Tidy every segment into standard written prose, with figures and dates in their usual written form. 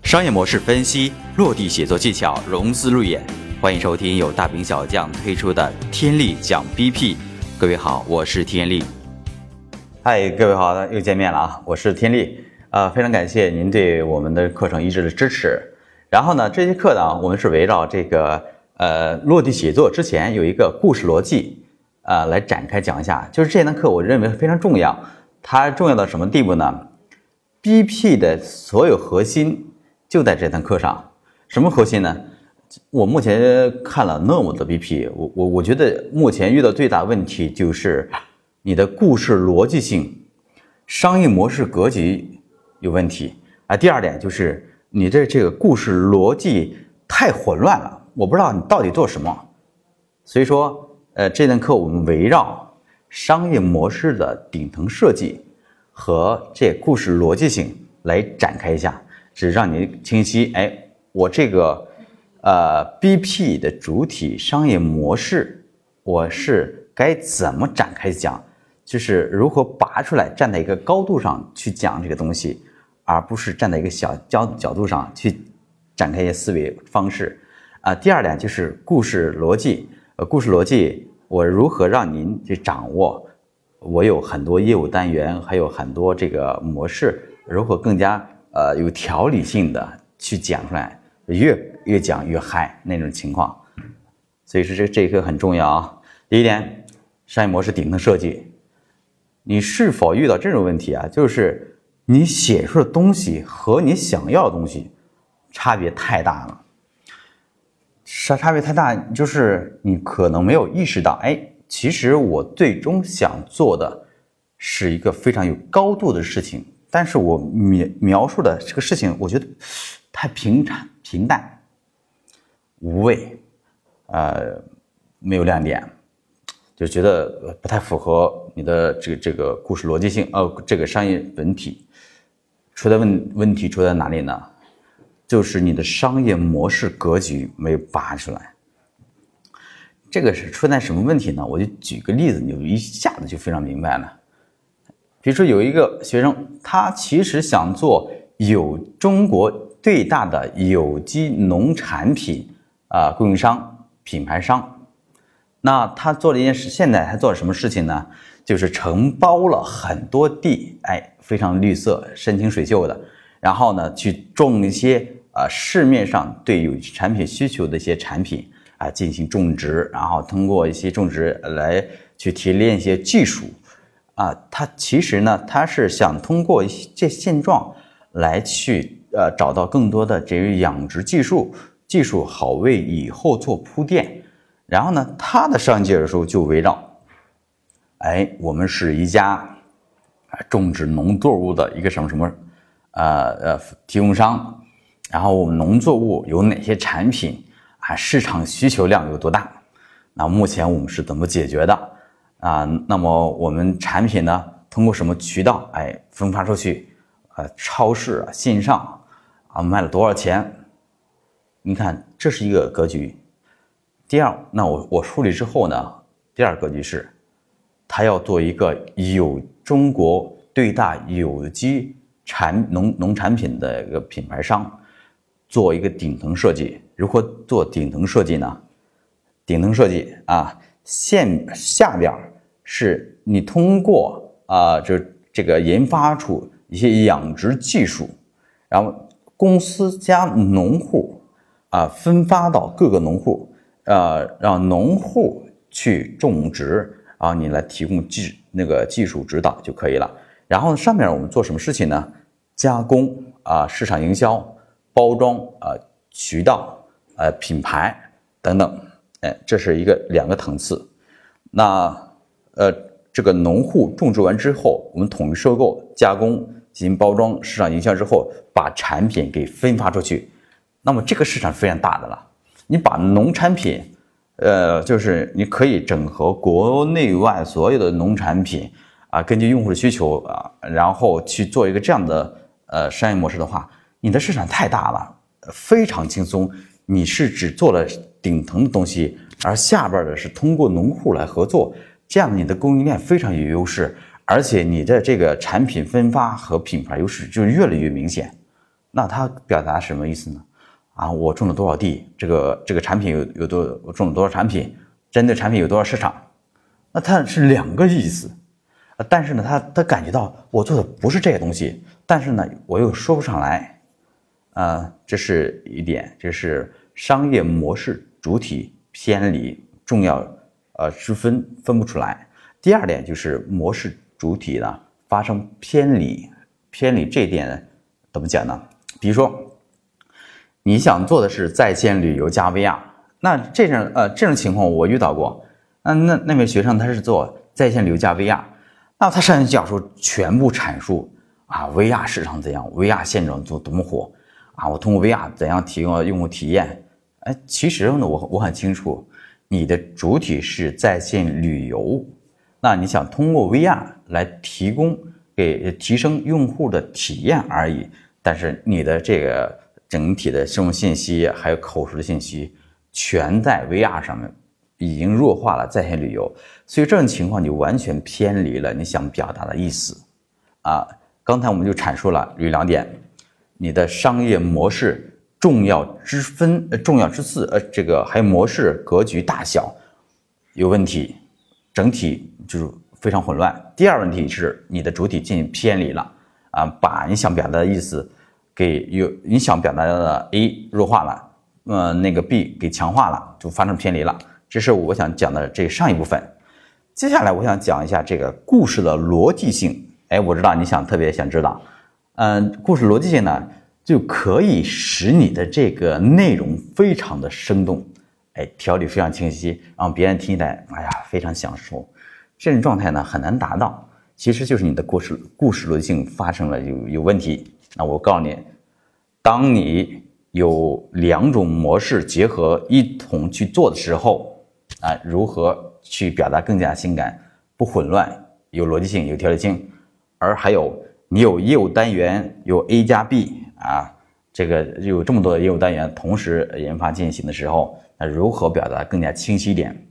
商业模式分析、落地写作技巧、融资路演，欢迎收听由大兵小将推出的天力讲 BP。各位好，我是天力。嗨，各位好，又见面了啊！我是天力。非常感谢您对我们的课程一直的支持。然后呢，这节课呢，我们是围绕这个落地写作之前有一个故事逻辑来展开讲一下。就是这堂课我认为非常重要，它重要到什么地步呢？BP 的所有核心就在这堂课上。什么核心呢？我目前看了那么多 BP， 我觉得目前遇到最大问题就是你的故事逻辑性、商业模式格局有问题啊。第二点就是你的这个故事逻辑太混乱了，我不知道你到底做什么。所以说这堂课我们围绕商业模式的顶层设计和这故事逻辑性来展开一下，只让你清晰。我这个BP 的主体商业模式，我是该怎么展开讲？就是如何拔出来，站在一个高度上去讲这个东西，而不是站在一个小角度上去展开一些思维方式。第二点就是故事逻辑，故事逻辑我如何让您去掌握？我有很多业务单元，还有很多这个模式，如何更加有条理性的去讲出来，越讲越嗨那种情况。所以说这一课很重要啊。第一点，商业模式顶层设计，你是否遇到这种问题啊？就是你写出的东西和你想要的东西差别太大了，差别太大，就是你可能没有意识到，其实我最终想做的是一个非常有高度的事情，但是我描述的这个事情，我觉得太平淡、无味，没有亮点，就觉得不太符合你的这个故事逻辑性，这个商业本体。问题出在哪里呢？就是你的商业模式格局没有拔出来。这个是出在什么问题呢？我就举个例子，你就一下子就非常明白了。比如说有一个学生，他其实想做中国最大的有机农产品供应商、品牌商。那他做了一件事，现在他做了什么事情呢？就是承包了很多地，非常绿色、山清水秀的，然后呢去种一些市面上对有机产品需求的一些产品进行种植，然后通过一些种植来去提炼一些技术他其实呢，他是想通过这现状来去找到更多的这个养殖技术好为以后做铺垫。然后呢，他的商业介绍就围绕我们是一家种植农作物的一个什么提供商，然后我们农作物有哪些产品市场需求量有多大，那目前我们是怎么解决的那么我们产品呢通过什么渠道分发出去超市线上卖了多少钱。你看这是一个格局。第二，那我梳理之后呢，第二格局是他要做一个中国最大有机农产品的一个品牌商，做一个顶层设计。如何做顶层设计呢？顶层设计下边是你通过这个研发出一些养殖技术，然后公司加农户分发到各个农户，让农户去种植，然后你来提供技术指导就可以了。然后上面我们做什么事情呢？加工市场营销、包装渠道品牌等等，这是两个层次。那这个农户种植完之后，我们统一收购、加工、进行包装、市场营销之后，把产品给分发出去。那么这个市场非常大的了。你把农产品就是你可以整合国内外所有的农产品根据用户的需求然后去做一个这样的商业模式的话，你的市场太大了，非常轻松。你是只做了顶层的东西，而下边的是通过农户来合作，这样你的供应链非常有优势，而且你的这个产品分发和品牌优势就越来越明显。 那它表达什么意思呢？我种了多少地，这个产品我种了多少产品，针对产品有多少市场，那它是两个意思。但是呢，他感觉到我做的不是这个东西，但是呢，我又说不上来，这是一点，这是商业模式主体偏离重要之分不出来。第二点就是模式主体呢发生偏离这一点呢怎么讲呢？比如说你想做的是在线旅游加 VR， 那这种情况我遇到过，那位学生他是做在线旅游加 VR。那他上去讲述全部阐述VR 市场怎样 ，VR 现状多么火我通过 VR 怎样提供用户体验。其实呢，我很清楚，你的主体是在线旅游，那你想通过 VR 来提升用户的体验而已。但是你的这个整体的生物信息还有口述的信息，全在 VR 上面。已经弱化了在线旅游，所以这种情况就完全偏离了你想表达的意思刚才我们就阐述了有两点，你的商业模式重要之次这个还有模式格局大小有问题，整体就是非常混乱。第二问题是你的主体进行偏离了把你想表达的意思你想表达的 A 弱化了，那个 B 给强化了，就发生偏离了。这是我想讲的这上一部分。接下来我想讲一下这个故事的逻辑性。我知道你特别想知道，故事逻辑性呢，就可以使你的这个内容非常的生动，条理非常清晰，让别人听起来非常享受。这种状态呢很难达到，其实就是你的故事逻辑性发生了有问题。那我告诉你，当你有两种模式结合一同去做的时候如何去表达更加性感，不混乱，有逻辑性，有条理性。而还有你有业务单元，有 A 加 B 这个有这么多的业务单元同时研发进行的时候，那如何表达更加清晰一点？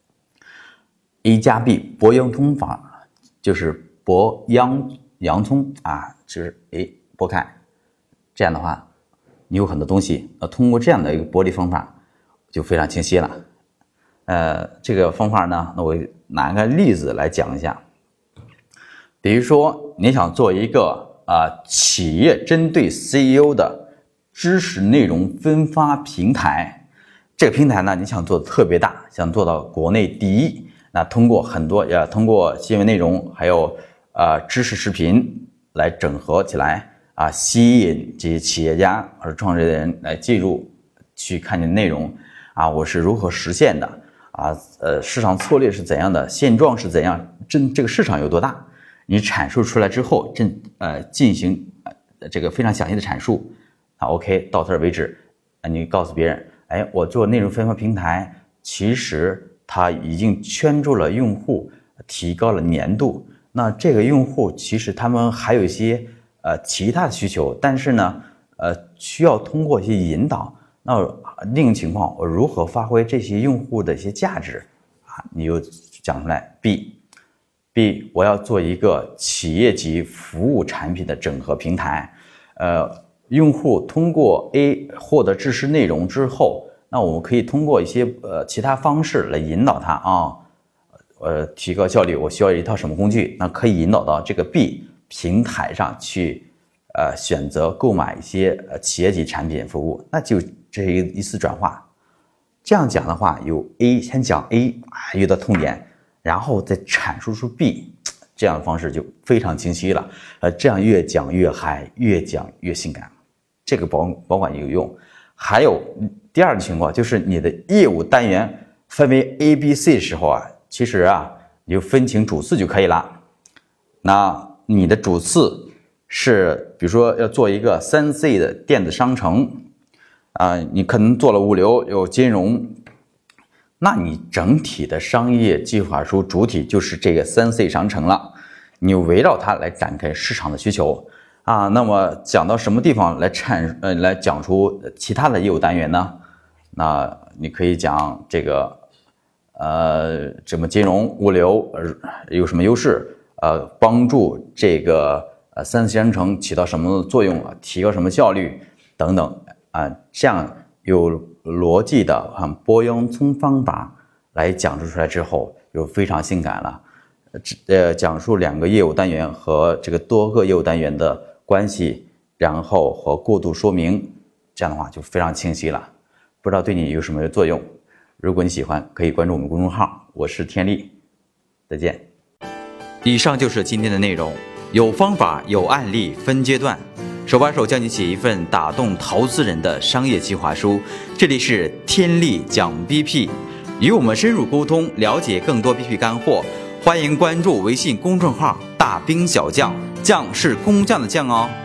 A 加 B 剥洋葱法，就是剥洋葱就是剥开，这样的话你有很多东西通过这样的一个剥离方法就非常清晰了。这个方法呢，那我拿个例子来讲一下。比如说你想做一个企业针对 CEO 的知识内容分发平台，这个平台呢你想做的特别大，想做到国内第一，那通过新闻内容还有知识视频来整合起来吸引这些企业家或者创始人来进入去看你的内容我是如何实现的市场策略是怎样的，现状是怎样，这个市场有多大，你阐述出来之后进行这个非常详细的阐述OK 到这儿为止你告诉别人我做内容分发平台，其实它已经圈住了用户，提高了粘度，那这个用户其实他们还有一些其他的需求，但是呢需要通过一些引导，那另一种情况我如何发挥这些用户的一些价值你又讲出来。 B 我要做一个企业级服务产品的整合平台，用户通过 A 获得知识内容之后，那我们可以通过一些其他方式来引导他提高效率，我需要一套什么工具，那可以引导到这个 B 平台上去选择购买一些企业级产品服务，那就这是一次转化。这样讲的话，有 A 先讲 A 遇到痛点，然后再阐述出 B， 这样的方式就非常清晰了。这样越讲越嗨，越讲越性感，这个保管有用。还有第二个情况，就是你的业务单元分为 A、B、C 的时候其实你就分清主次就可以了。那你的主次是比如说要做一个 3C 的电子商城你可能做了物流有金融，那你整体的商业计划书主体就是这个 3C 商城了，你围绕它来展开市场的需求那么讲到什么地方来讲出其他的业务单元呢？那你可以讲这个什么金融物流有什么优势帮助这个 3C 生成起到什么作用啊，提高什么效率等等啊，这样有逻辑的剥洋葱方法来讲述出来之后，就非常性感了。讲述2个业务单元和这个多个业务单元的关系，然后和过渡说明，这样的话就非常清晰了。不知道对你有什么作用？如果你喜欢，可以关注我们公众号，我是天利，再见。以上就是今天的内容，有方法，有案例，分阶段，手把手教你写一份打动投资人的商业计划书。这里是天利讲 BP， 与我们深入沟通，了解更多 BP 干货。欢迎关注微信公众号大兵小将，将是工匠的将哦。